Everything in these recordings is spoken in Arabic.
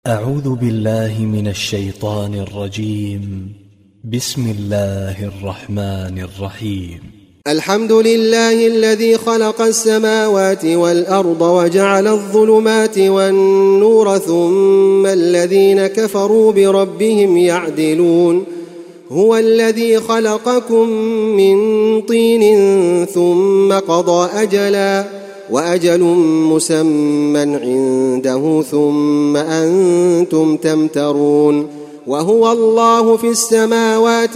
أعوذ بالله من الشيطان الرجيم. بسم الله الرحمن الرحيم. الحمد لله الذي خلق السماوات والأرض وجعل الظلمات والنور ثم الذين كفروا بربهم يعدلون. هو الذي خلقكم من طين ثم قضى أجلا وأجل مسمى عنده ثم أنتم تمترون. وهو الله في السماوات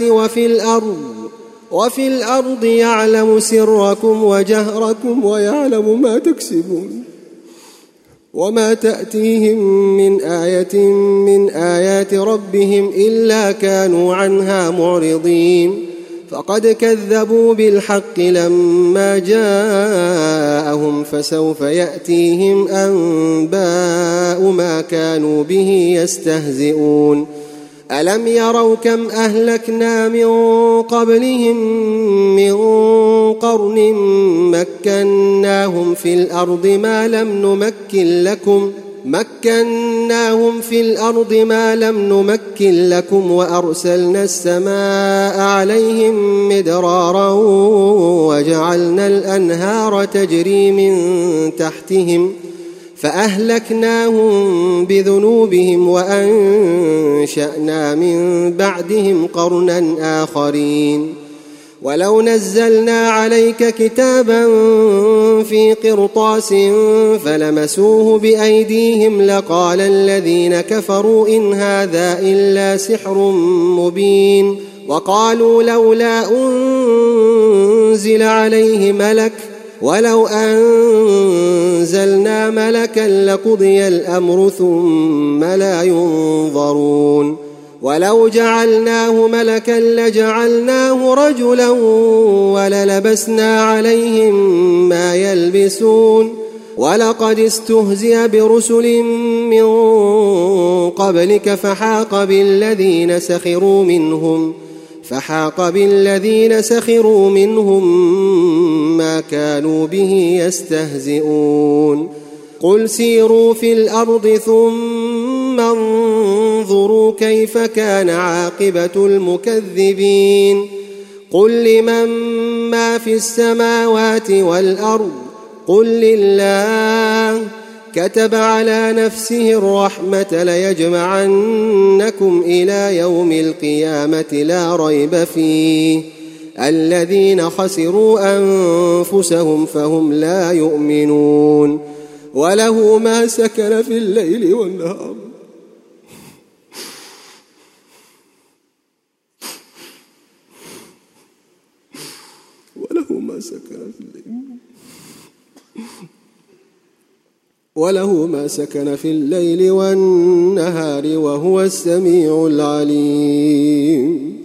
وفي الأرض يعلم سركم وجهركم ويعلم ما تكسبون. وما تأتيهم من آية من آيات ربهم إلا كانوا عنها معرضين. فقد كذبوا بالحق لما جاءهم فسوف يأتيهم أنباء ما كانوا به يستهزئون. ألم يروا كم أهلكنا من قبلهم من قرن مكناهم في الأرض ما لم نمكن لكم وأرسلنا السماء عليهم مدرارا وجعلنا الأنهار تجري من تحتهم فأهلكناهم بذنوبهم وأنشأنا من بعدهم قرنا آخرين. ولو نزلنا عليك كتابا في قرطاس فلمسوه بأيديهم لقال الذين كفروا إن هذا إلا سحر مبين. وقالوا لولا أنزل عليه ملك ولو أنزلنا ملكا لقضي الأمر ثم لا ينظرون. ولو جعلناه ملكا لجعلناه رجلا وللبسنا عليهم ما يلبسون. ولقد استهزئ برسل من قبلك فحاق بالذين سخروا منهم ما كانوا به يستهزئون. قل سيروا في الأرض ثم انظروا كيف كان عاقبة المكذبين. قل لمن ما في السماوات والأرض قل لله كتب على نفسه الرحمة ليجمعنكم إلى يوم القيامة لا ريب فيه. الذين خسروا أنفسهم فهم لا يؤمنون. وله ما سكن في الليل والنهار وله ما سكن في الليل والنهار وهو السميع العليم.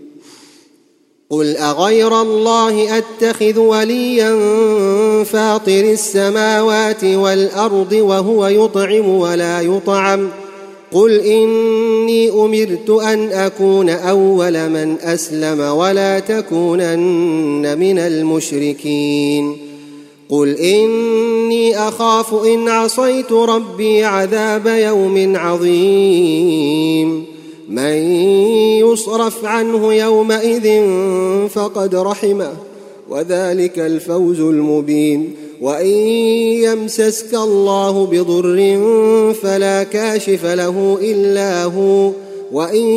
قل أغير الله أتخذ وليا فاطر السماوات والأرض وهو يطعم ولا يطعم. قل إني أمرت أن أكون أول من أسلم ولا تكونن من المشركين. قل إني أخاف إن عصيت ربي عذاب يوم عظيم. من يصرف عنه يومئذ فقد رحمه وذلك الفوز المبين. وإن يمسسك الله بضر فلا كاشف له إلا هو وإن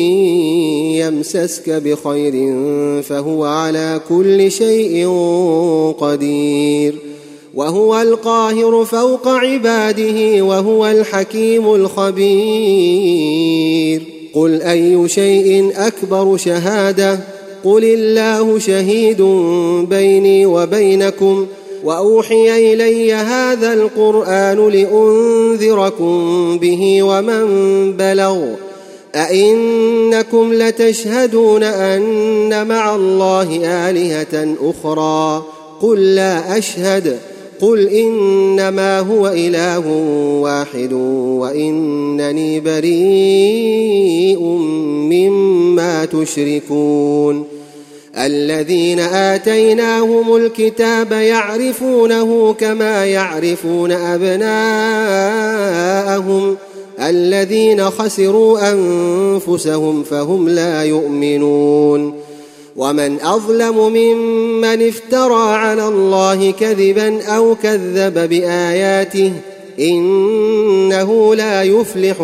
يمسسك بخير فهو على كل شيء قدير. وهو القاهر فوق عباده وهو الحكيم الخبير. قل أي شيء أكبر شهادة قل الله شهيد بيني وبينكم وأوحي إلي هذا القرآن لأنذركم به ومن بلغ. أئنكم لتشهدون أن مع الله آلهة أخرى قل لا أشهد. قل إنما هو إله واحد وإنني بريء مما تشركون. الذين آتيناهم الكتاب يعرفونه كما يعرفون أبناءهم الذين خسروا أنفسهم فهم لا يؤمنون. ومن أظلم ممن افترى على الله كذبا أو كذب بآياته إنه لا يفلح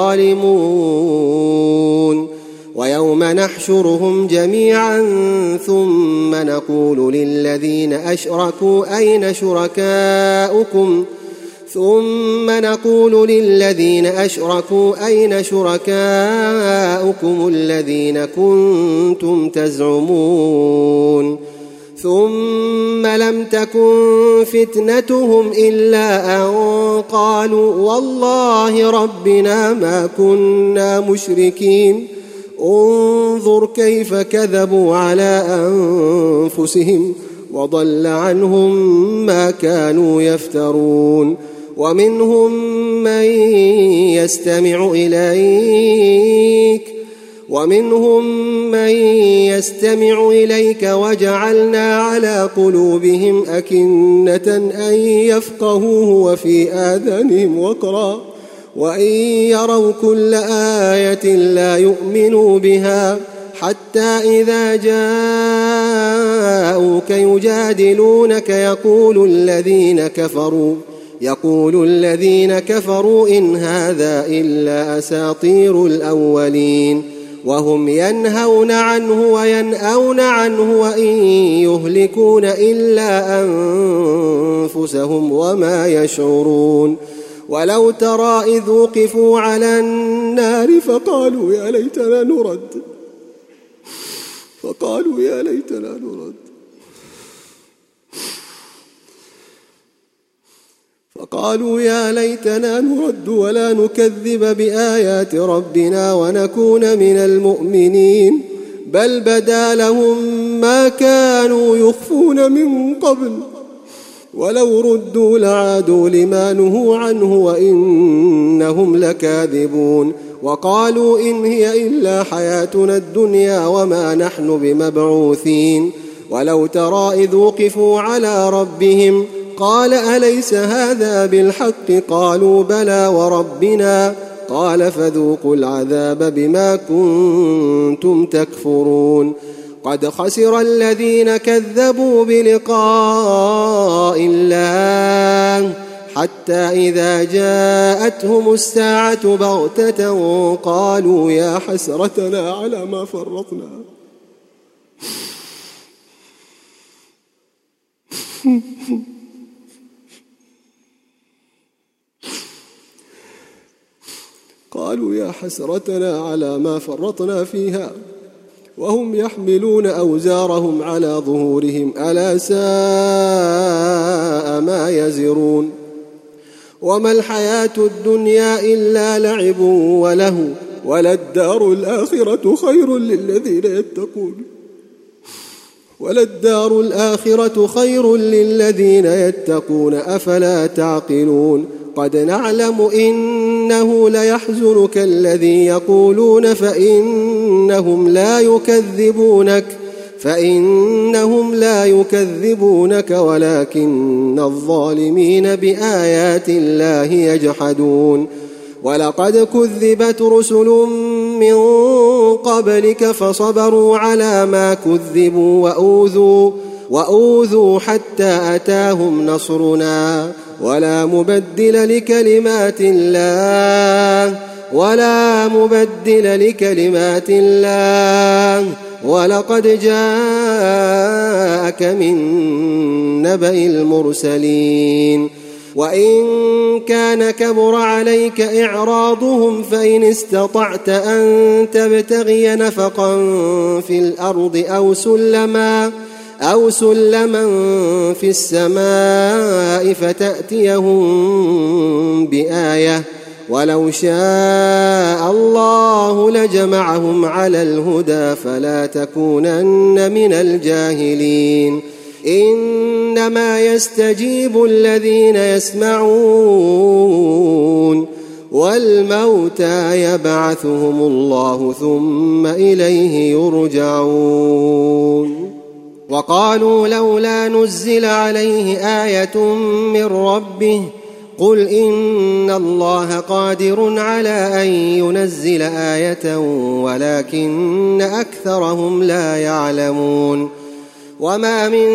الظالمون. ويوم نحشرهم جميعا ثم نقول للذين أشركوا أين شركاؤكم الذين كنتم تزعمون ثم لم تكن فتنتهم إلا أن قالوا والله ربنا ما كنا مشركين انظر كيف كذبوا على أنفسهم وضل عنهم ما كانوا يفترون. ومنهم من يستمع إليك وجعلنا على قلوبهم أكنة أن يفقهوه وفي آذانهم وقرا وإن يروا كل آية لا يؤمنوا بها حتى إذا جاءوك يجادلونك يقول الذين كفروا إن هذا إلا أساطير الأولين وهم ينهون عنه وينأون عنه وإن يهلكون إلا أنفسهم وما يشعرون. ولو ترى إذ وقفوا على النار فقالوا يا ليتنا نرد ولا نكذب بآيات ربنا ونكون من المؤمنين بل بدا لهم ما كانوا يخفون من قبل ولو ردوا لعادوا لما نهوا عنه وإنهم لكاذبون. وقالوا إن هي إلا حياتنا الدنيا وما نحن بمبعوثين. ولو ترى إذ وقفوا على ربهم قال أليس هذا بالحق قالوا بلى وربنا قال فذوقوا العذاب بما كنتم تكفرون. قد خسر الذين كذبوا بلقاء الله حتى إذا جاءتهم الساعة بغتة قالوا يا حسرتنا على ما فرطنا فيها وهم يحملون أوزارهم على ظهورهم ألا ساء ما يزرون. وما الحياة الدنيا إلا لعب وله وللدار الآخرة خير للذين يتقون أفلا تعقلون. قد نعلم إنه ليحزنك الذي يقولون فإنهم لا يكذبونك ولكن الظالمين بآيات الله يجحدون. ولقد كذبت رسل من قبلك فصبروا على ما كذبوا وأوذوا حتى أتاهم نصرنا ولا مبدل لكلمات الله ولقد جاءك من نبأ المرسلين. وإن كان كبر عليك إعراضهم فإن استطعت أن تبتغي نفقا في الأرض أو سلما في السماء فتأتيهم بآية ولو شاء الله لجمعهم على الهدى فلا تكونن من الجاهلين. إنما يستجيب الذين يسمعون والموتى يبعثهم الله ثم إليه يرجعون. وقالوا لولا نزل عليه آية من ربه قل إن الله قادر على أن ينزل آية ولكن أكثرهم لا يعلمون وما من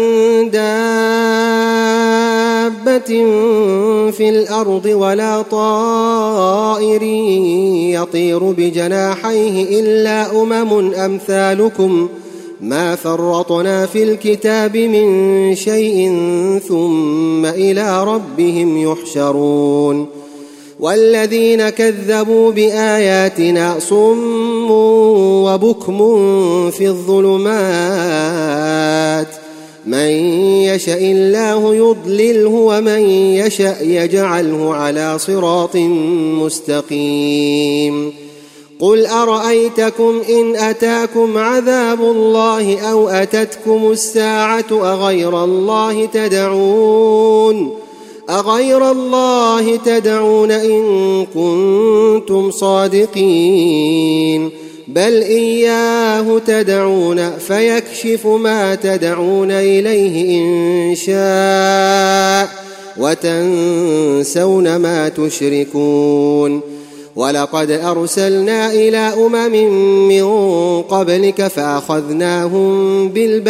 دابة في الأرض ولا طائر يطير بجناحيه إلا أمم أمثالكم ما فرطنا في الكتاب من شيء ثم إلى ربهم يحشرون والذين كذبوا بآياتنا صم وبكم في الظلمات من يشاء الله يضلله ومن يشاء يجعله على صراط مستقيم قل أرأيتكم إن أتاكم عذاب الله أو أتتكم الساعة أغير الله تدعون إن كنتم صادقين بل إياه تدعون فيكشف ما تدعون إليه إن شاء وتنسون ما تشركون ولقد أرسلنا إلى أمم من قبلك فأخذناهم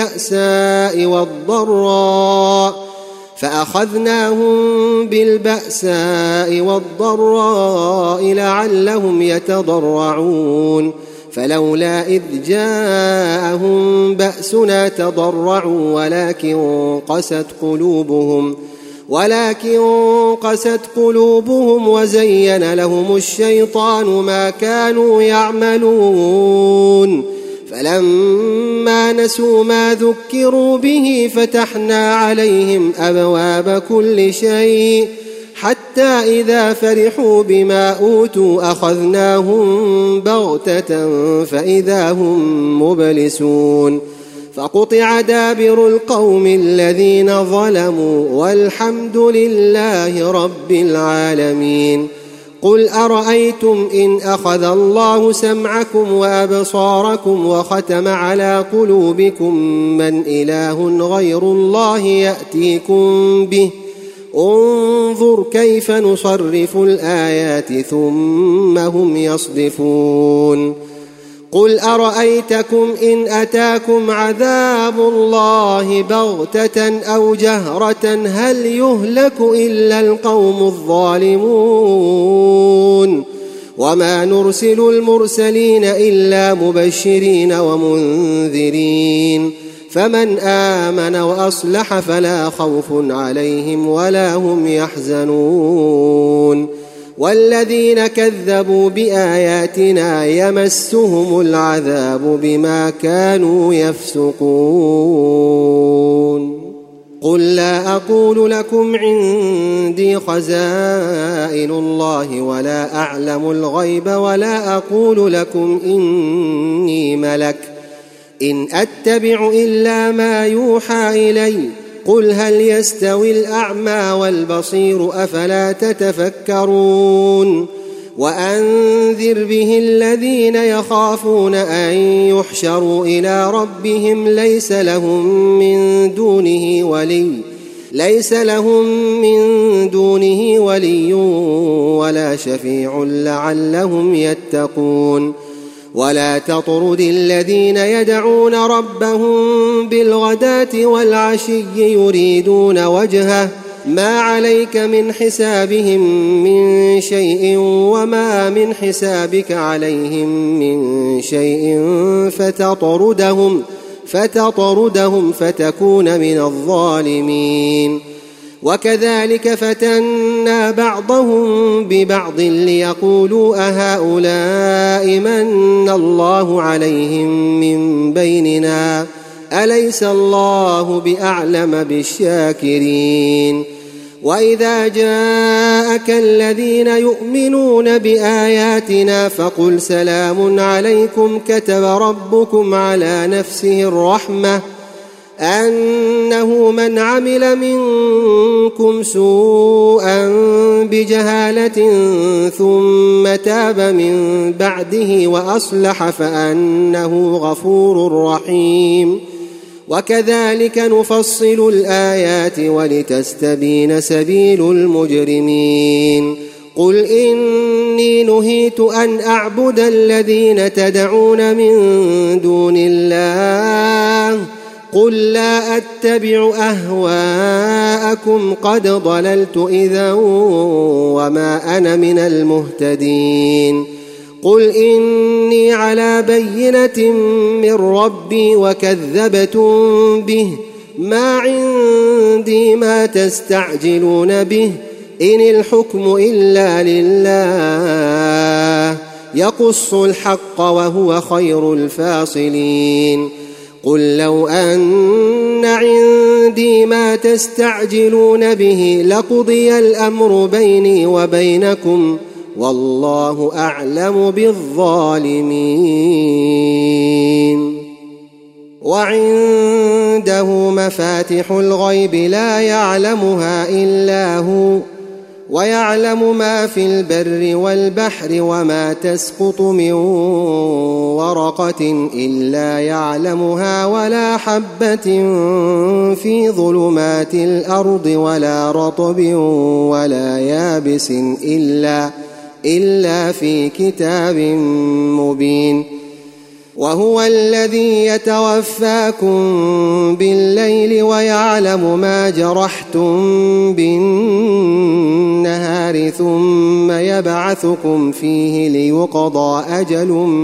بالبأساء والضراء لعلهم يتضرعون فلولا إذ جاءهم بأسنا تضرعوا ولكن قست قلوبهم وزين لهم الشيطان ما كانوا يعملون فلما نسوا ما ذكروا به فتحنا عليهم أبواب كل شيء حتى إذا فرحوا بما أوتوا أخذناهم بغتة فإذا هم مبلسون فقطع دابر القوم الذين ظلموا والحمد لله رب العالمين قل أرأيتم إن أخذ الله سمعكم وأبصاركم وختم على قلوبكم من إله غير الله يأتيكم به انظر كيف نصرف الآيات ثم هم يصدفون قل أرأيتكم إن أتاكم عذاب الله بغتة أو جهرة هل يهلك إلا القوم الظالمون وما نرسل المرسلين إلا مبشرين ومنذرين فمن آمن وأصلح فلا خوف عليهم ولا هم يحزنون والذين كذبوا بآياتنا يمسهم العذاب بما كانوا يفسقون قل لا أقول لكم عندي خزائن الله ولا أعلم الغيب ولا أقول لكم إني ملك إن أتبع إلا ما يوحى إلي قل هل يستوي الأعمى والبصير أفلا تتفكرون وأنذر به الذين يخافون أن يحشروا إلى ربهم ليس لهم من دونه ولي ولا شفيع لعلهم يتقون ولا تطرد الذين يدعون ربهم بالغداة والعشي يريدون وجهه ما عليك من حسابهم من شيء وما من حسابك عليهم من شيء فتطردهم فتكون من الظالمين وكذلك فتنا بعضهم ببعض ليقولوا أهؤلاء من الله عليهم من بيننا أليس الله بأعلم بالشاكرين وإذا جاءك الذين يؤمنون بآياتنا فقل سلام عليكم كتب ربكم على نفسه الرحمة أنه من عمل منكم سوءا بجهالة ثم تاب من بعده وأصلح فأنه غفور رحيم وكذلك نفصل الآيات ولتستبين سبيل المجرمين قل إني نهيت أن أعبد الذين تدعون من دون الله قل لا أتبع أهواءكم قد ضللت إذا وما أنا من المهتدين قل إني على بينة من ربي وكذبتم به ما عندي ما تستعجلون به إن الحكم إلا لله يقص الحق وهو خير الفاصلين قل لو أن عندي ما تستعجلون به لقضي الأمر بيني وبينكم والله أعلم بالظالمين وعنده مفاتح الغيب لا يعلمها إلا هو ويعلم ما في البر والبحر وما تسقط من ورقة إلا يعلمها ولا حبة في ظلمات الأرض ولا رطب ولا يابس إلا في كتاب مبين وهو الذي يتوفاكم بالليل ويعلم ما جرحتم بالنهار ثم يبعثكم فيه ليقضى أجل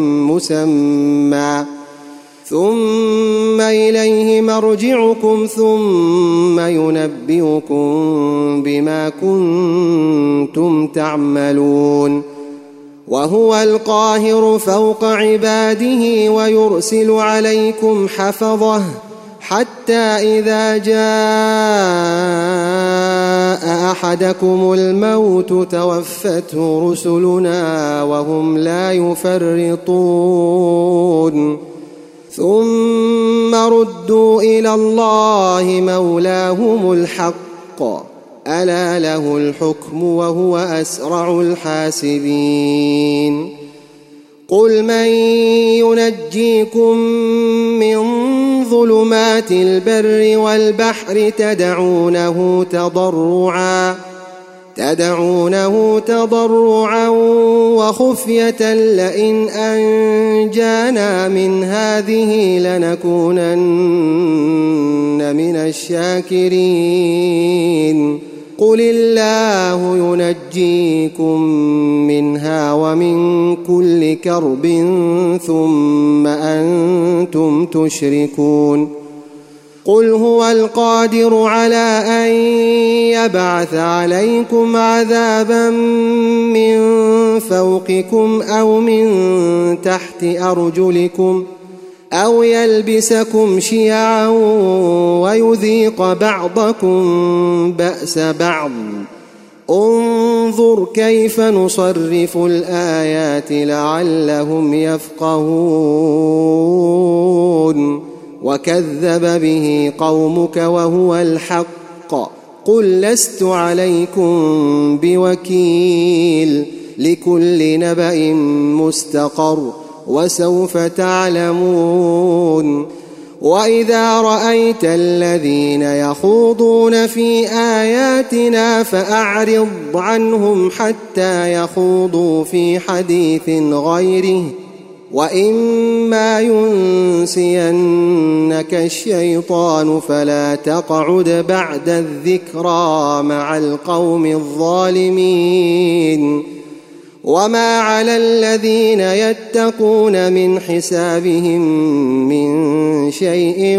مسمى ثم إليه مرجعكم ثم ينبئكم بما كنتم تعملون وهو القاهر فوق عباده ويرسل عليكم حفظه حتى إذا جاء أحدكم الموت توفته رسلنا وهم لا يفرطون ثم ردوا إلى الله مولاهم الحق ألا له الحكم وهو أسرع الحاسبين قل من ينجيكم من ظلمات البر والبحر تدعونه تضرعا وخفية لئن أنجانا من هذه لنكونن من الشاكرين قل الله ينجيكم منها ومن كل كرب ثم أنتم تشركون قل هو القادر على أن يبعث عليكم عذابا من فوقكم أو من تحت أرجلكم أو يلبسكم شيعا ويذيق بعضكم بأس بعض انظر كيف نصرف الآيات لعلهم يفقهون وكذب به قومك وهو الحق قل لست عليكم بوكيل لكل نبأ مستقر وسوف تعلمون وإذا رأيت الذين يخوضون في آياتنا فأعرض عنهم حتى يخوضوا في حديث غيره وإما ينسينك الشيطان فلا تقعد بعد الذكرى مع القوم الظالمين وما على الذين يتقون من حسابهم من شيء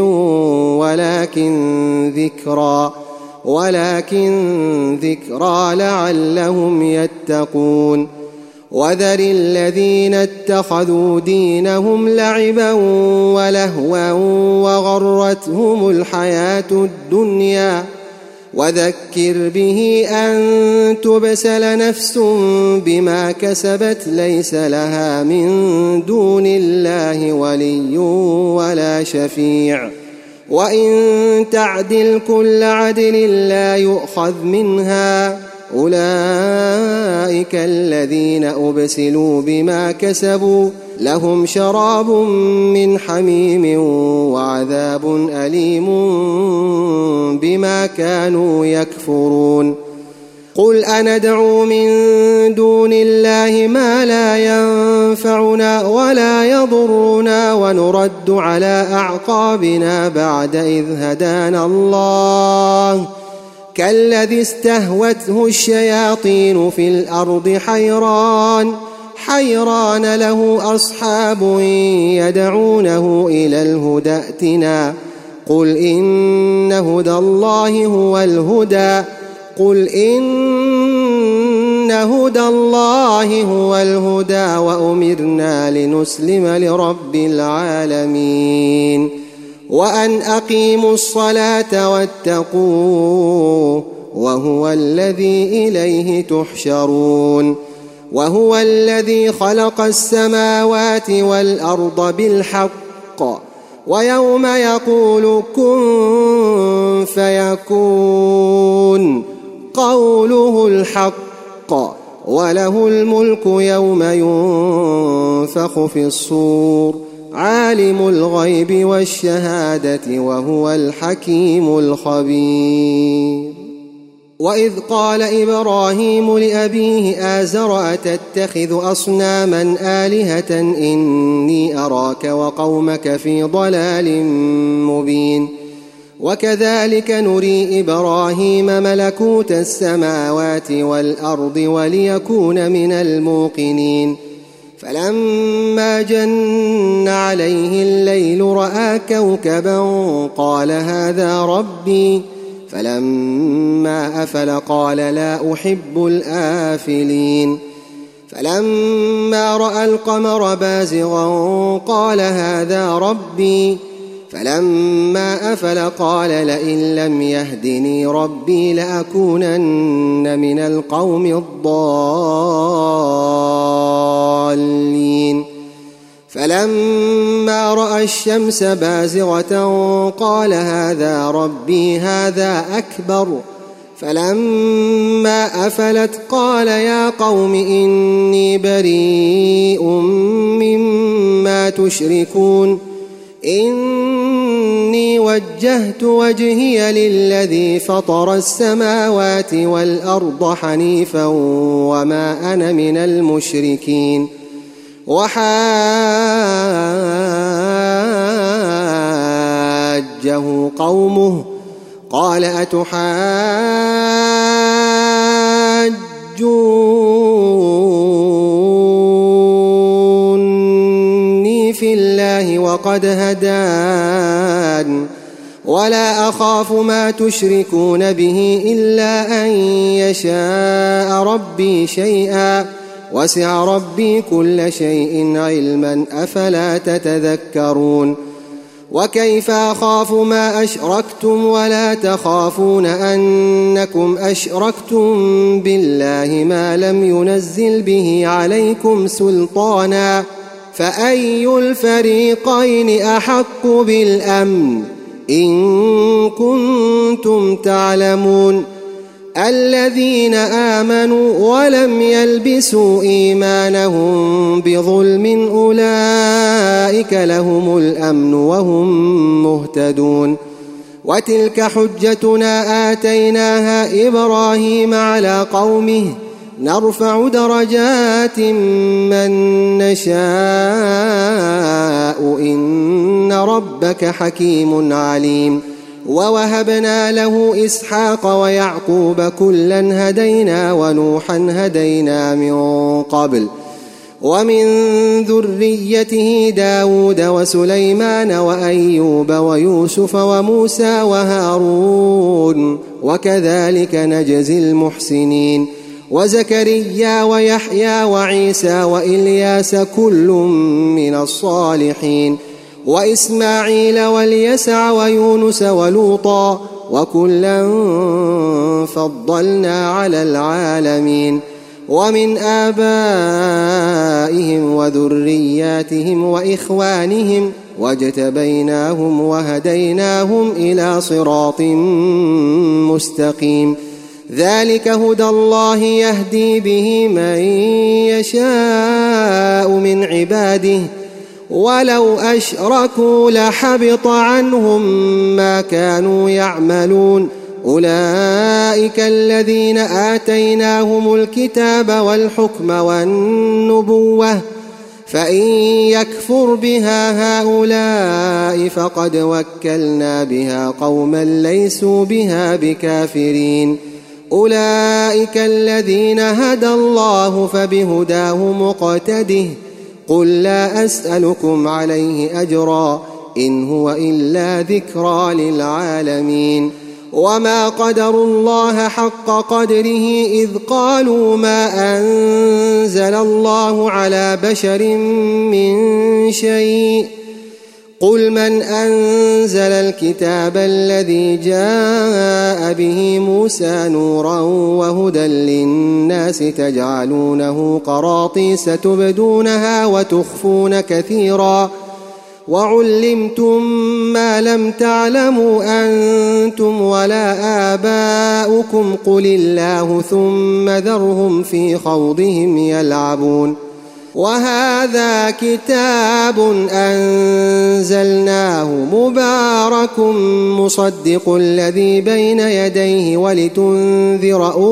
ولكن ذكرى لعلهم يتقون وذر الذين اتخذوا دينهم لعبا ولهوا وغرتهم الحياة الدنيا وذكر به أن تبسل نفس بما كسبت ليس لها من دون الله ولي ولا شفيع وإن تعدل كل عدل لا يؤخذ منها أولئك الذين أبسلوا بما كسبوا لهم شراب من حميم وعذاب أليم بما كانوا يكفرون قل أندعو من دون الله ما لا ينفعنا ولا يضرنا ونرد على أعقابنا بعد إذ هدانا الله كالذي استهوته الشياطين في الأرض حيران له أصحاب يدعونه إلى الهدى ائتنا قل إن هدى الله هو الهدى وأمرنا لنسلم لرب العالمين وأن أقيموا الصلاة واتقوه وهو الذي إليه تحشرون وهو الذي خلق السماوات والأرض بالحق ويوم يقول كن فيكون قوله الحق وله الملك يوم ينفخ في الصور عالم الغيب والشهادة وهو الحكيم الخبير وإذ قال إبراهيم لأبيه آزر أتتخذ أصناما آلهة إني أراك وقومك في ضلال مبين وكذلك نري إبراهيم ملكوت السماوات والأرض وليكون من الموقنين فلما جن عليه الليل رأى كوكبا قال هذا ربي فلما أفل قال لا أحب الآفلين فلما رأى القمر بازغا قال هذا ربي فلما أفل قال لئن لم يهدني ربي لأكونن من القوم الضالين فلما رأى الشمس بازغة قال هذا ربي هذا أكبر فلما أفلت قال يا قوم إني بريء مما تشركون إني وجهت وجهي للذي فطر السماوات والأرض حنيفا وما أنا من المشركين وحاجه قومه قال أتحاجوني في الله وقد هدان ولا أخاف ما تشركون به إلا أن يشاء ربي شيئا وسع ربي كل شيء علما أفلا تتذكرون وكيف أخاف ما أشركتم ولا تخافون أنكم أشركتم بالله ما لم ينزل به عليكم سلطانا فأي الفريقين أحق بالأمن إن كنتم تعلمون الذين آمنوا ولم يلبسوا إيمانهم بظلم أولئك لهم الأمن وهم مهتدون وتلك حجتنا آتيناها إبراهيم على قومه نرفع درجات من نشاء إن ربك حكيم عليم ووهبنا له إسحاق ويعقوب كلا هدينا ونوحا هدينا من قبل ومن ذريته داود وسليمان وأيوب ويوسف وموسى وهارون وكذلك نجزي المحسنين وزكريا ويحيى وعيسى وإلياس كل من الصالحين وإسماعيل واليسع ويونس ولوطا وكلا فضلنا على العالمين ومن آبائهم وذرياتهم وإخوانهم واجتبيناهم وهديناهم إلى صراط مستقيم ذلك هدى الله يهدي به من يشاء من عباده ولو أشركوا لحبط عنهم ما كانوا يعملون أولئك الذين آتيناهم الكتاب والحكم والنبوة فإن يكفر بها هؤلاء فقد وكلنا بها قوما ليسوا بها بكافرين أولئك الذين هدى الله فبهداه مقتده قل لا أسألكم عليه أجرا إن هو إلا ذكرى للعالمين وما قدروا الله حق قدره إذ قالوا ما أنزل الله على بشر من شيء قل من أنزل الكتاب الذي جاء به موسى نورا وهدى للناس تجعلونه قراطيس تبدونها وتخفون كثيرا وعلمتم ما لم تعلموا أنتم ولا آباؤكم قل الله ثم ذرهم في خوضهم يلعبون وهذا كتاب أنزلناه مبارك مصدق الذي بين يديه ولتنذر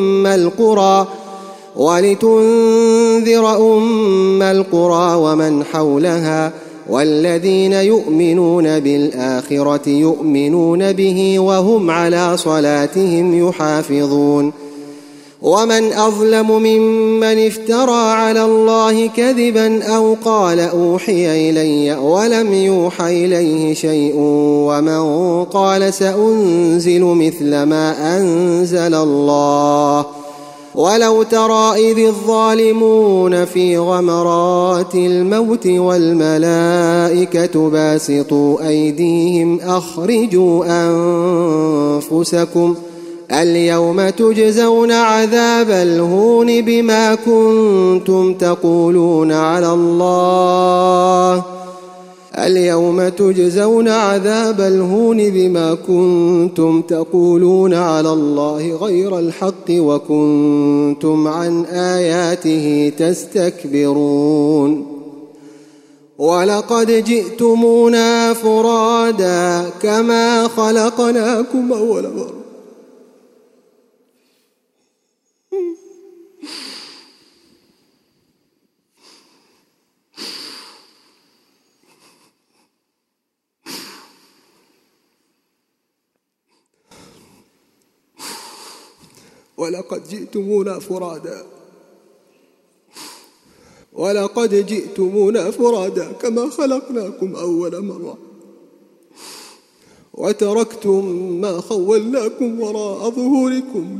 أم القرى ومن حولها والذين يؤمنون بالآخرة يؤمنون به وهم على صلاتهم يحافظون ومن أظلم ممن افترى على الله كذبا أو قال أوحي إلي ولم يوحى إليه شيء ومن قال سأنزل مثل ما أنزل الله ولو ترى إذ الظالمون في غمرات الموت والملائكة باسطوا أيديهم أخرجوا أنفسكم اليوم تجزون عذاب الهون بما كنتم تقولون على الله اليوم تجزون عذاب الهون بما كنتم تقولون على الله غير الحق وكنتم عن آياته تستكبرون ولقد جئتمونا فرادا كما خلقناكم أول مرة ولقد جئتمونا فرادا كما خلقناكم أول مرة وتركتم ما خولناكم وراء ظهوركم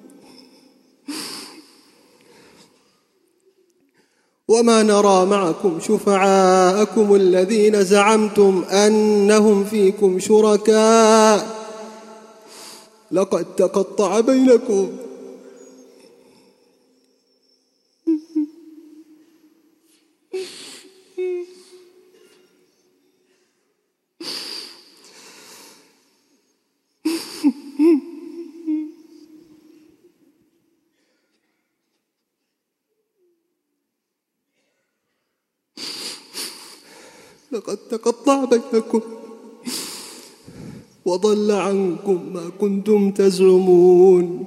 وما نرى معكم شفعاءكم الذين زعمتم أنهم فيكم شركاء لقد تقطع بينكم وضل عنكم ما كنتم تزعمون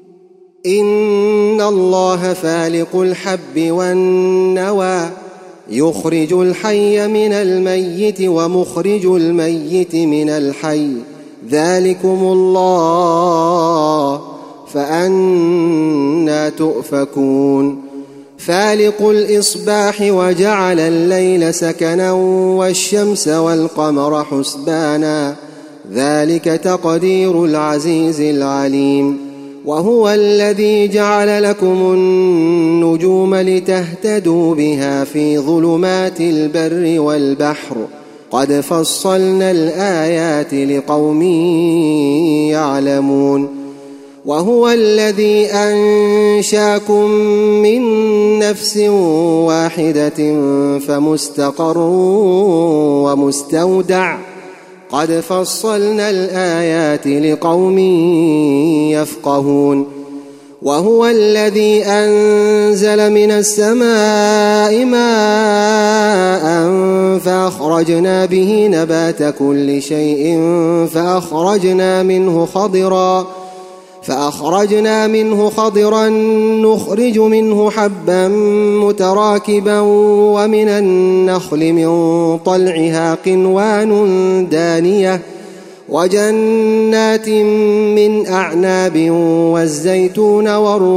إن الله فالق الحب والنوى يخرج الحي من الميت ومخرج الميت من الحي ذلكم الله فأنى تؤفكون فالق الإصباح وجعل الليل سكنا والشمس والقمر حسبانا ذلك تقدير العزيز العليم وهو الذي جعل لكم النجوم لتهتدوا بها في ظلمات البر والبحر قد فصلنا الآيات لقوم يعلمون وهو الذي أنشاكم من نفس واحدة فمستقر ومستودع قد فصلنا الآيات لقوم يفقهون وهو الذي أنزل من السماء ماء فأخرجنا به نبات كل شيء فأخرجنا منه خضرا نخرج منه حبا متراكبا ومن النخل من طلعها قنوان دانية وجنات من أعناب والزيتون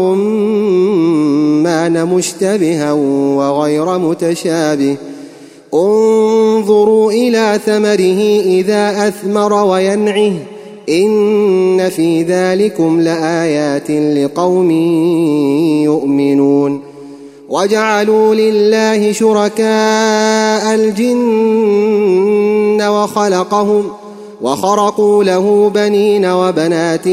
والرمان مشتبها وغير متشابه انظروا إلى ثمره إذا أثمر وينعه إن في ذلكم لآيات لقوم يؤمنون وجعلوا لله شركاء الجن وخرقوا له بنين وبنات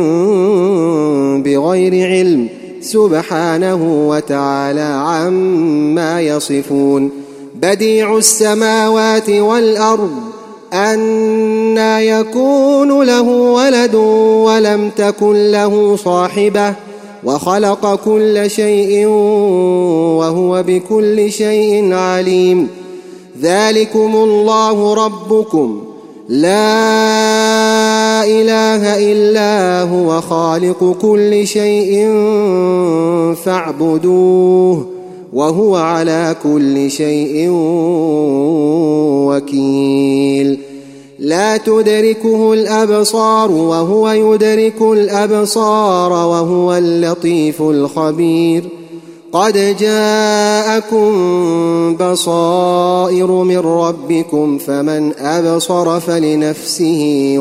بغير علم سبحانه وتعالى عما يصفون بديع السماوات والأرض أنى يكون له ولد ولم تكن له صاحبة وخلق كل شيء وهو بكل شيء عليم ذلكم الله ربكم لا إله إلا هو خالق كل شيء فاعبدوه وهو على كل شيء وكيل لا تدركه الأبصار وهو يدرك الأبصار وهو اللطيف الخبير قد جاءكم بصائر من ربكم فمن أبصر فلنفسه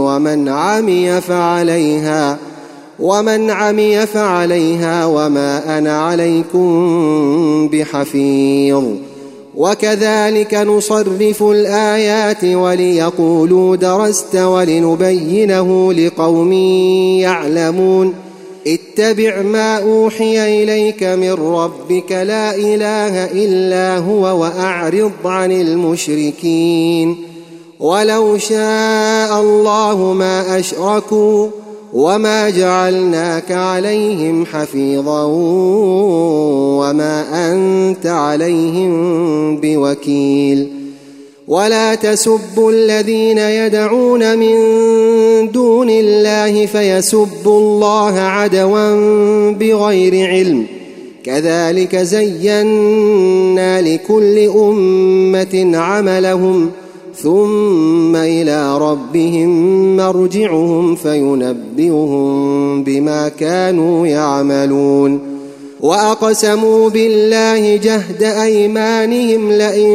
ومن عمي فعليها وما أنا عليكم بحفيظ وكذلك نصرف الآيات وليقولوا درست ولنبينه لقوم يعلمون اتبع ما أوحي إليك من ربك لا إله إلا هو وأعرض عن المشركين ولو شاء الله ما أشركوا وما جعلناك عليهم حفيظا وما أنت عليهم بوكيل ولا تسبوا الذين يدعون من دون الله فيسبوا الله عدوا بغير علم كذلك زينا لكل أمة عملهم ثم إلى ربهم مرجعهم فينبئهم بما كانوا يعملون وأقسموا بالله جهد أيمانهم لئن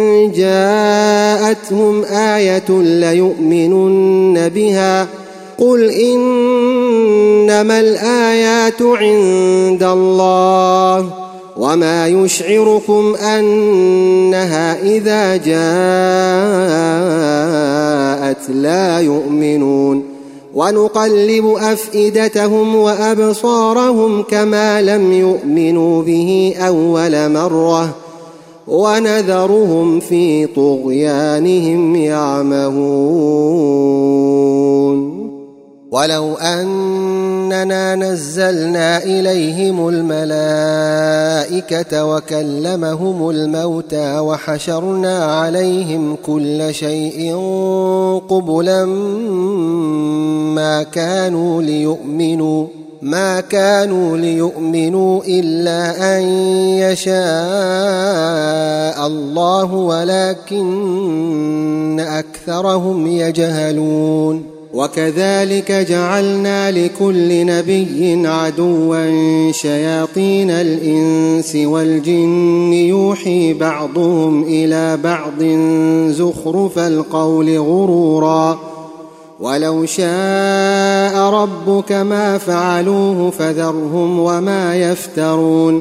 جاءتهم آية ليؤمنن بها قل إنما الآيات عند الله وما يشعركم أنها إذا جاءت لا يؤمنون ونقلب أفئدتهم وأبصارهم كما لم يؤمنوا به أول مرة ونذرهم في طغيانهم يعمهون ولو أننا نزلنا إليهم الملائكة وكلمهم الموتى وحشرنا عليهم كل شيء قبلا ما كانوا ليؤمنوا إلا أن يشاء الله ولكن أكثرهم يجهلون وكذلك جعلنا لكل نبي عدوا شياطين الإنس والجن يوحي بعضهم إلى بعض زخرف القول غرورا ولو شاء ربك ما فعلوه فذرهم وما يفترون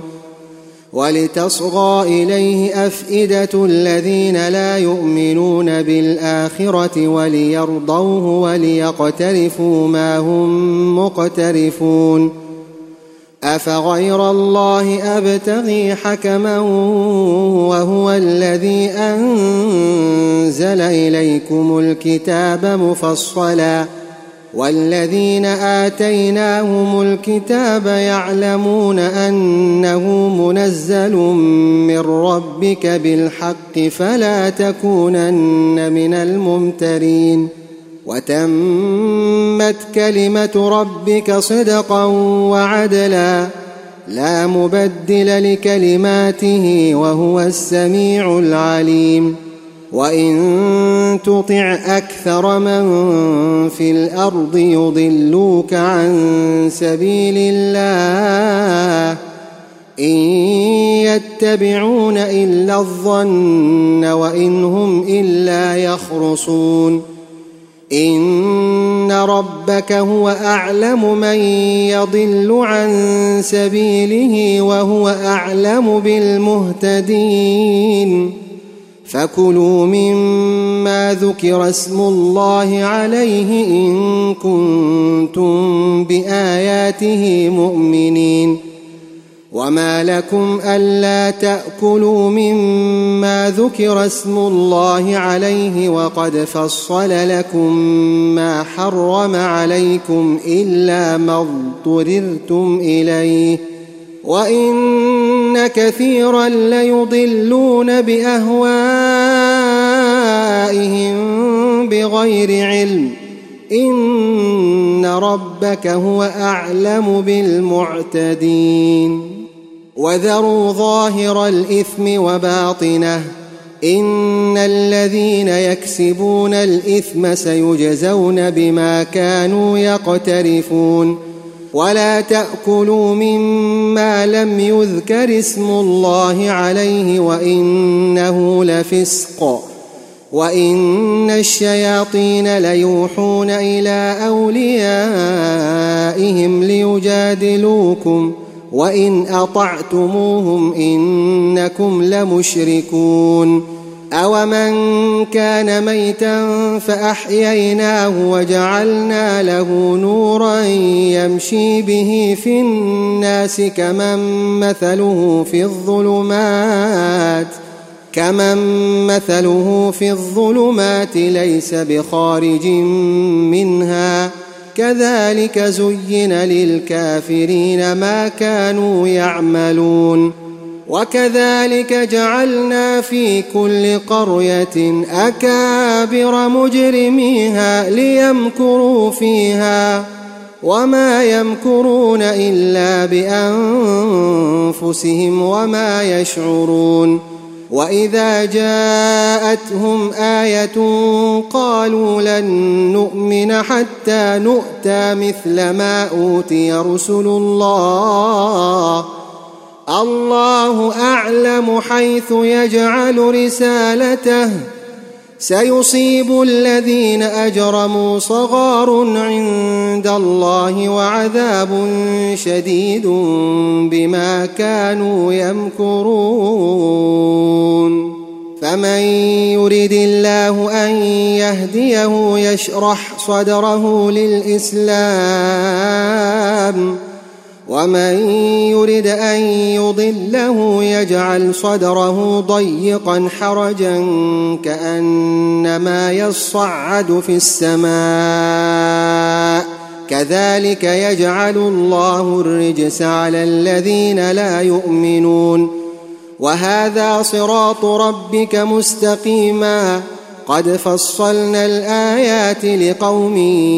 ولتصغى إليه أفئدة الذين لا يؤمنون بالآخرة وليرضوه وليقترفوا ما هم مقترفون أفغير الله أبتغي حكما وهو الذي أنزل أنزل إليكم الكتاب مفصلا والذين آتيناهم الكتاب يعلمون أنه منزل من ربك بالحق فلا تكونن من الممترين وتمت كلمة ربك صدقا وعدلا لا مبدل لكلماته وهو السميع العليم وإن تطع أكثر من في الأرض يضلوك عن سبيل الله إن يتبعون إلا الظن وإن هم إلا يخرصون إن ربك هو أعلم من يضل عن سبيله وهو أعلم بالمهتدين فكلوا مما ذكر اسم الله عليه إن كنتم بآياته مؤمنين وما لكم ألا تأكلوا مما ذكر اسم الله عليه وقد فصل لكم ما حرم عليكم إلا ما اضطررتم إليه وإن كثيرا ليضلون بأهوائهم بغير علم إن ربك هو أعلم بالمعتدين وذروا ظاهر الإثم وباطنه إن الذين يكسبون الإثم سيجزون بما كانوا يقترفون ولا تأكلوا مما لم يذكر اسم الله عليه وإنه لفسق وإن الشياطين ليوحون إلى أوليائهم ليجادلوكم وإن أطعتموهم إنكم لمشركون أومن كان ميتا فأحييناه وجعلنا له نورا يمشي به في الناس كمن مثله في الظلمات ليس بخارج منها كذلك زين للكافرين ما كانوا يعملون وكذلك جعلنا في كل قرية أكابر مجرميها ليمكروا فيها وما يمكرون إلا بأنفسهم وما يشعرون وإذا جاءتهم آية قالوا لن نؤمن حتى نؤتى مثل ما أوتي رسل الله الله أعلم حيث يجعل رسالته سيصيب الذين أجرموا صغار عند الله وعذاب شديد بما كانوا يمكرون فمن يرد الله أن يهديه يشرح صدره للإسلام ومن يرد أن يضله يجعل صدره ضيقا حرجا كأنما يصعد في السماء كذلك يجعل الله الرجس على الذين لا يؤمنون وهذا صراط ربك مستقيما قد فصلنا الآيات لقوم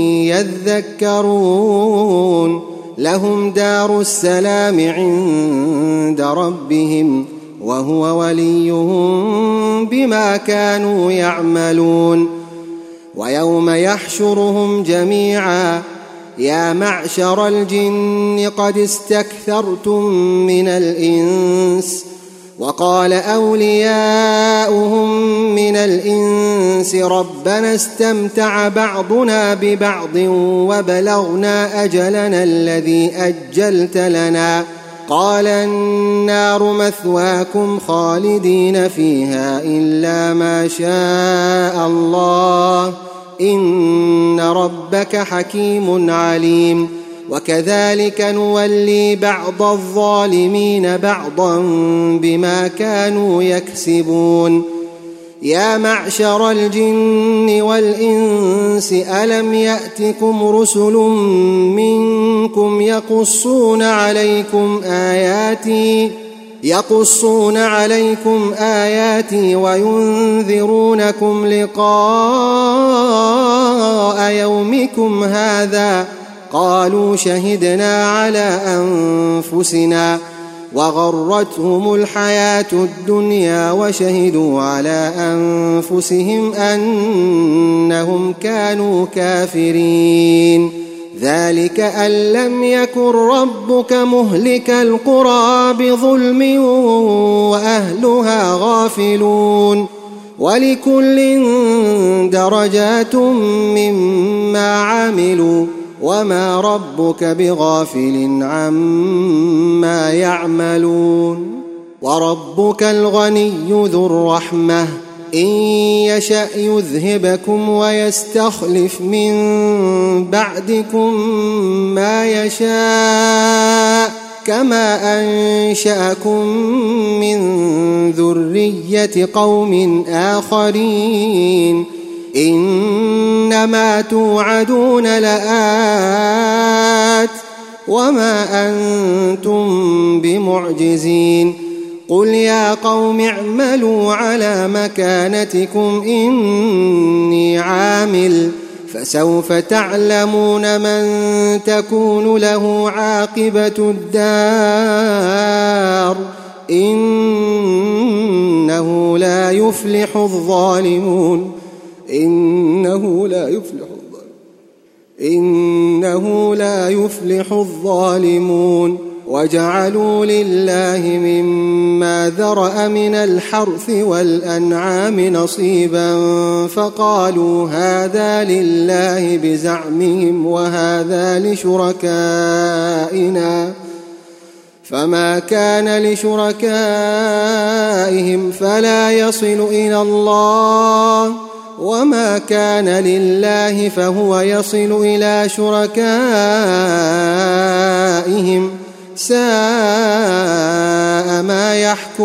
يذكرون لهم دار السلام عند ربهم وهو وليهم بما كانوا يعملون ويوم يحشرهم جميعا يا معشر الجن قد استكثرتم من الإنس وقال أولياؤهم من الإنس ربنا استمتع بعضنا ببعض وبلغنا أجلنا الذي أجلت لنا قال النار مثواكم خالدين فيها إلا ما شاء الله إن ربك حكيم عليم وكذلك نولي بعض الظالمين بعضا بما كانوا يكسبون يا معشر الجن والإنس ألم يأتكم رسل منكم يقصون عليكم آياتي وينذرونكم لقاء يومكم هذا قالوا شهدنا على أنفسنا وغرتهم الحياة الدنيا وشهدوا على أنفسهم أنهم كانوا كافرين ذلك أن لم يكن ربك مهلك القرى بظلم وأهلها غافلون ولكل درجات مما عملوا وما ربك بغافل عما يعملون وربك الغني ذو الرحمة إن يشأ يذهبكم ويستخلف من بعدكم ما يشاء كما أنشأكم من ذرية قوم آخرين إنما توعدون لآت وما أنتم بمعجزين قل يا قوم اعملوا على مكانتكم إني عامل فسوف تعلمون من تكون له عاقبة الدار إنه لا يفلح الظالمون إنه لا يفلح الظالمون وجعلوا لله مما ذرأ من الحرث والأنعام نصيبا فقالوا هذا لله بزعمهم وهذا لشركائنا فما كان لشركائهم فلا يصل إلى الله وما كان لله فهو يصل إلى شركائهم ساء ما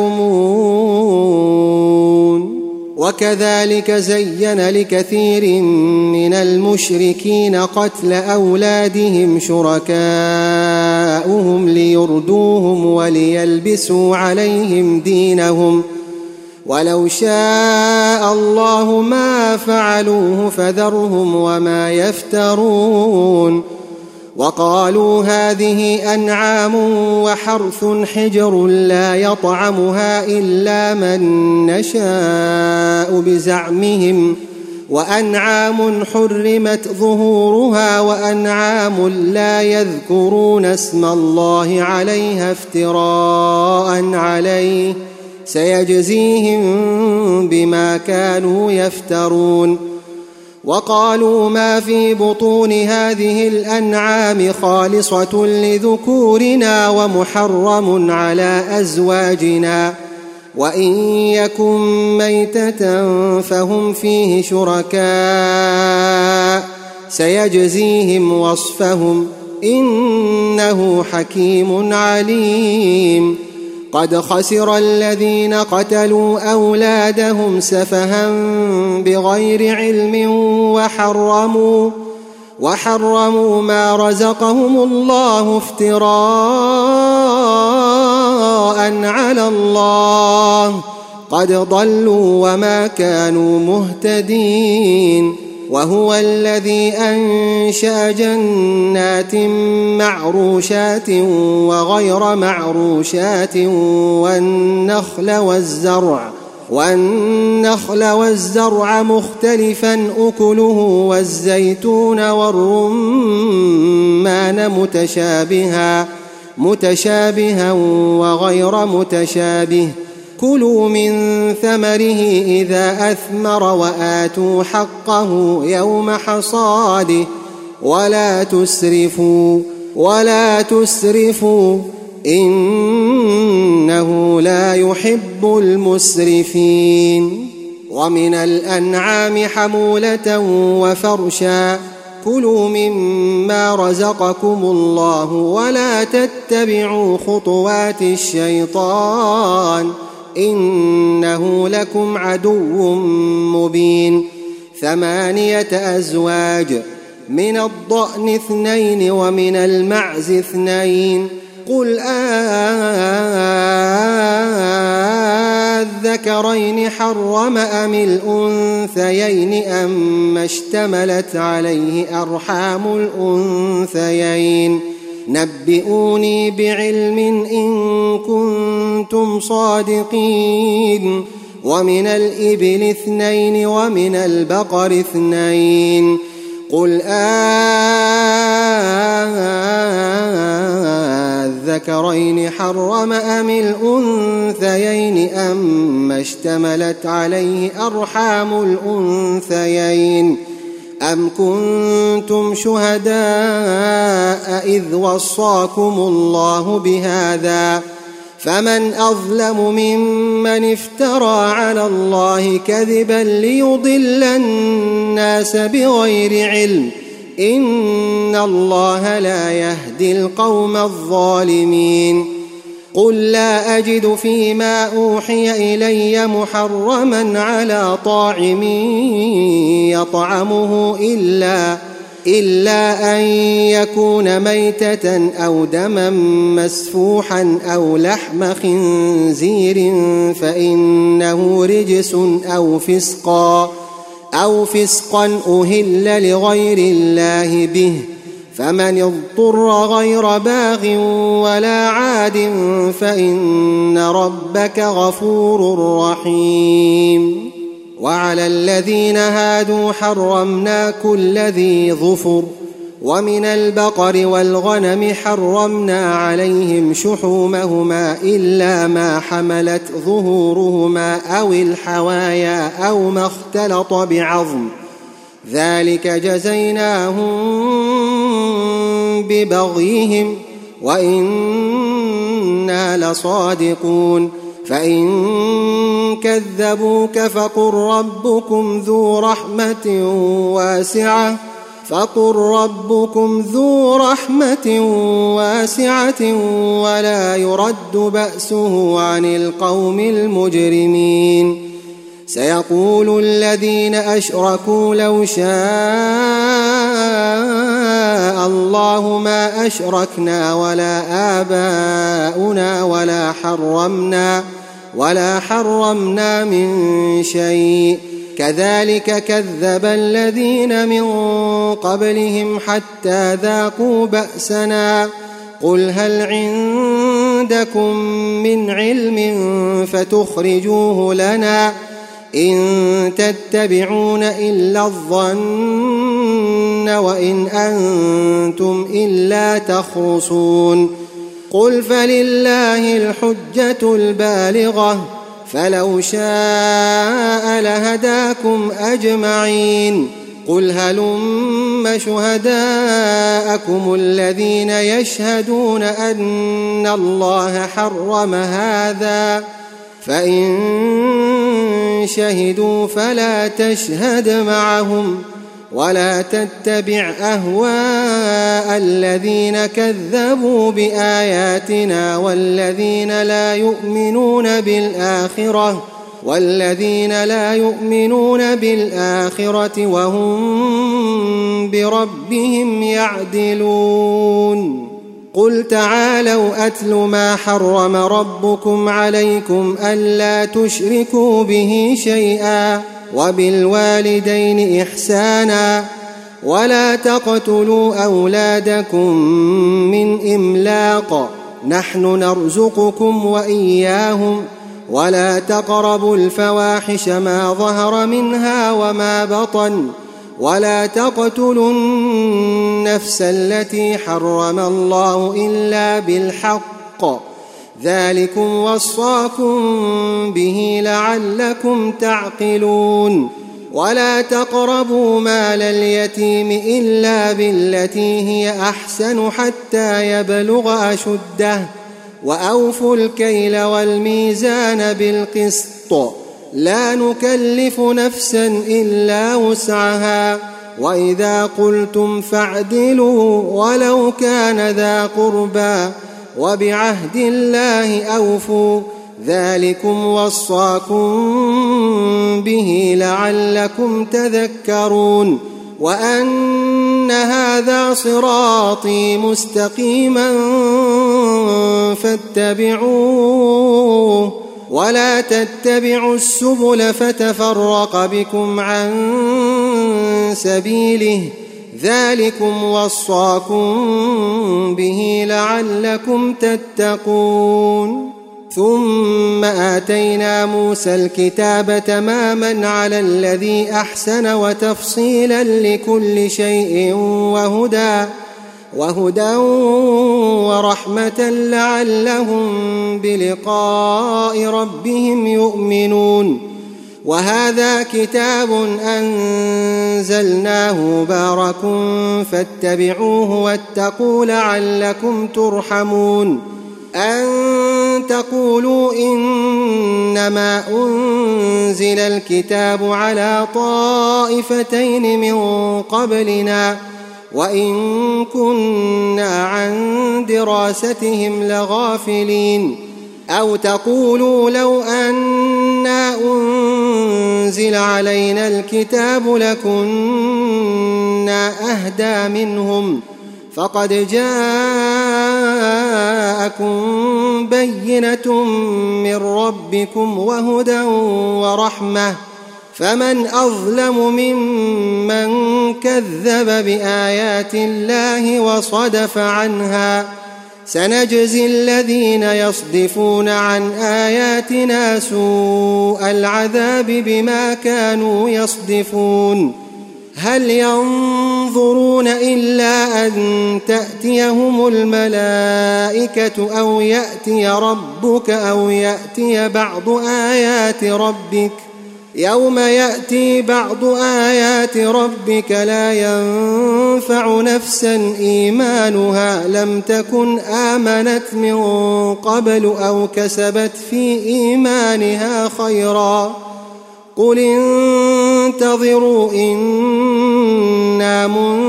يحكمون وكذلك زين لكثير من المشركين قتل أولادهم شركاؤهم ليردوهم وليلبسوا عليهم دينهم ولو شاء الله ما فعلوه فذرهم وما يفترون وقالوا هذه أنعام وحرث حجر لا يطعمها إلا من نشاء بزعمهم وأنعام حرمت ظهورها وأنعام لا يذكرون اسم الله عليها افتراء عليه سيجزيهم بما كانوا يفترون وقالوا ما في بطون هذه الأنعام خالصة لذكورنا ومحرم على أزواجنا وإن يكن ميتة فهم فيه شركاء سيجزيهم وصفهم إنه حكيم عليم قد خسر الذين قتلوا أولادهم سفها بغير علم وحرموا ما رزقهم الله افتراء على الله قد ضلوا وما كانوا مهتدين وهو الذي أنشأ جنات معروشات وغير معروشات والنخل والزرع مختلفا أكله والزيتون والرمان متشابها وغير متشابه كلوا من ثمره إذا أثمر وآتوا حقه يوم حصاده ولا تسرفوا إنه لا يحب المسرفين ومن الأنعام حمولة وفرشا كلوا مما رزقكم الله ولا تتبعوا خطوات الشيطان إنه لكم عدو مبين 8 أزواج من الضأن 2 ومن المعز 2 قل الذكرين حرم أم الأنثيين أما اشتملت عليه أرحام الأنثيين نبئوني بعلم إن كنتم صادقين ومن الإبل 2 ومن البقر 2 قل الذكرين حرم أم الأنثيين أما اشتملت عليه أرحام الأنثيين أم كنتم شهداء إذ وصاكم الله بهذا فمن أظلم ممن افترى على الله كذبا ليضل الناس بغير علم إن الله لا يهدي القوم الظالمين قل لا أجد فيما أوحي إلي محرما على طاعم يطعمه إلا أن يكون ميتة أو دما مسفوحا أو لحم خنزير فإنه رجس أو فسقا أهل لغير الله به فمن اضطر غير باغ ولا عاد فإن ربك غفور رحيم وعلى الذين هادوا حرمنا كل ذي ظفر ومن البقر والغنم حرمنا عليهم شحومهما إلا ما حملت ظهورهما أو الحوايا أو ما اختلط بعظم ذلك جزيناهم ببغيهم وإنا لصادقون فإن كذبوك فقل ربكم ذو رحمة واسعة ولا يرد بأسه عن القوم المجرمين سيقول الذين أشركوا لو شاء الله ما أشركنا ولا آباؤنا ولا حرمنا من شيء كذلك كذب الذين من قبلهم حتى ذاقوا بأسنا قل هل عندكم من علم فتخرجوه لنا إن تتبعون إلا الظن وإن أنتم إلا تخرصون قل فلله الحجة البالغة فلو شاء لهداكم أجمعين قل هلم شهداءكم الذين يشهدون أن الله حرم هذا فإن شهدوا فلا تشهد معهم ولا تتبع أهواء الذين كذبوا بآياتنا والذين لا يؤمنون بالآخرة وهم بربهم يعدلون قل تعالوا أتل ما حرم ربكم عليكم ألا تشركوا به شيئا وبالوالدين إحسانا ولا تقتلوا أولادكم من إملاق نحن نرزقكم وإياهم ولا تقربوا الفواحش ما ظهر منها وما بطن ولا تقتلوا النفس التي حرم الله إلا بالحق ذلكم وصاكم به لعلكم تعقلون ولا تقربوا مال اليتيم إلا بالتي هي أحسن حتى يبلغ أشده وأوفوا الكيل والميزان بالقسط لا نكلف نفسا إلا وسعها وإذا قلتم فاعدلوا ولو كان ذا قربى وبعهد الله أوفوا ذلكم وصاكم به لعلكم تذكرون وأن هذا صراطي مستقيما فاتبعوه ولا تتبعوا السبل فتفرق بكم عن سبيله ذلكم وصاكم به لعلكم تتقون ثم آتينا موسى الكتاب تماما على الذي أحسن وتفصيلا لكل شيء وهدى ورحمة لعلهم بلقاء ربهم يؤمنون وهذا كتاب أنزلناه مبارك فاتبعوه واتقوا لعلكم ترحمون أن تقولوا إنما أنزل الكتاب على طائفتين من قبلنا وإن كنا عن دراستهم لغافلين أو تقولوا لو أنا أنزل علينا الكتاب لكنا أهدى منهم فقد جاءكم بينة من ربكم وهدى ورحمة فمن أظلم ممن كذب بآيات الله وصدف عنها سنجزي الذين يصدفون عن آياتنا سوء العذاب بما كانوا يصدفون هل ينظرون إلا أن تأتيهم الملائكة أو يأتي ربك أو يأتي بعض آيات ربك يوم يأتي بعض آيات ربك لا ينفع نفسا إيمانها لم تكن آمنت من قبل أو كسبت في إيمانها خيرا قل انتظروا إنا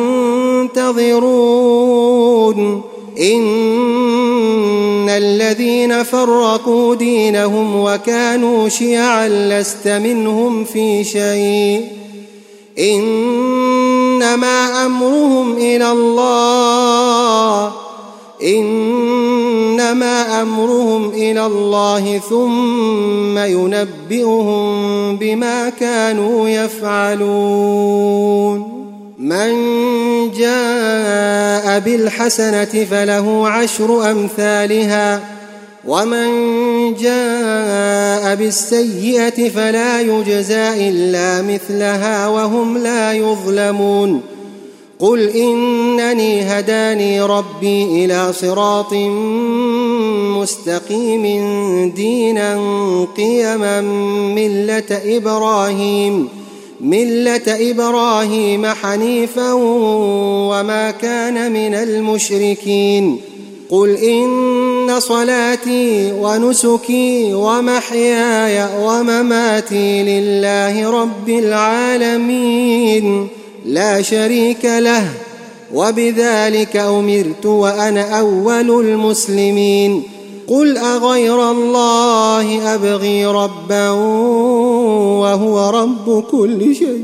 منتظرون إن الذين فرقوا دينهم وكانوا شيعا لست منهم في شيء إنما أمرهم إلى الله ثم ينبئهم بما كانوا يفعلون من جاء بالحسنة فله 10 أمثالها ومن جاء بالسيئة فلا يجزى إلا مثلها وهم لا يظلمون قل إنني هداني ربي إلى صراط مستقيم دينا قيما ملة إبراهيم حنيفا وما كان من المشركين قل إن صلاتي ونسكي ومحياي ومماتي لله رب العالمين لا شريك له وبذلك أمرت وأنا أول المسلمين قل أغير الله أبغي ربا وهو رب كل شيء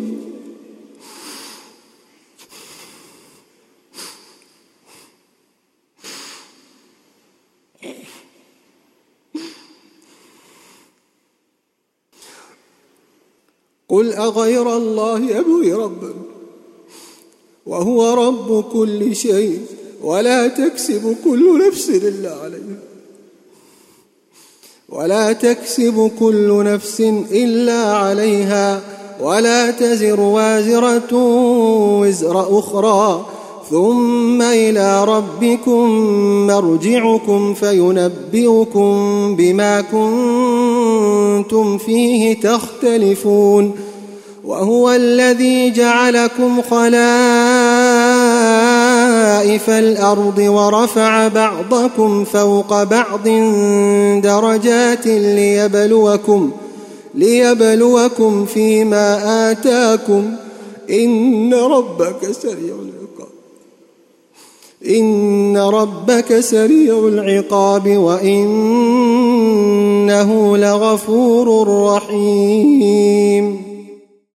قل أغير الله أبغي ربا وهو رب كل شيء ولا تكسب كل نفس إلا عليها ولا تزر وازرة وزر أخرى ثم إلى ربكم مرجعكم فينبئكم بما كنتم فيه تختلفون وهو الذي جعلكم خلائف الأرض ورفع بعضكم فوق بعض درجات ليبلوكم فيما آتاكم إن ربك سريع العقاب وإنه إنه لغفور رحيم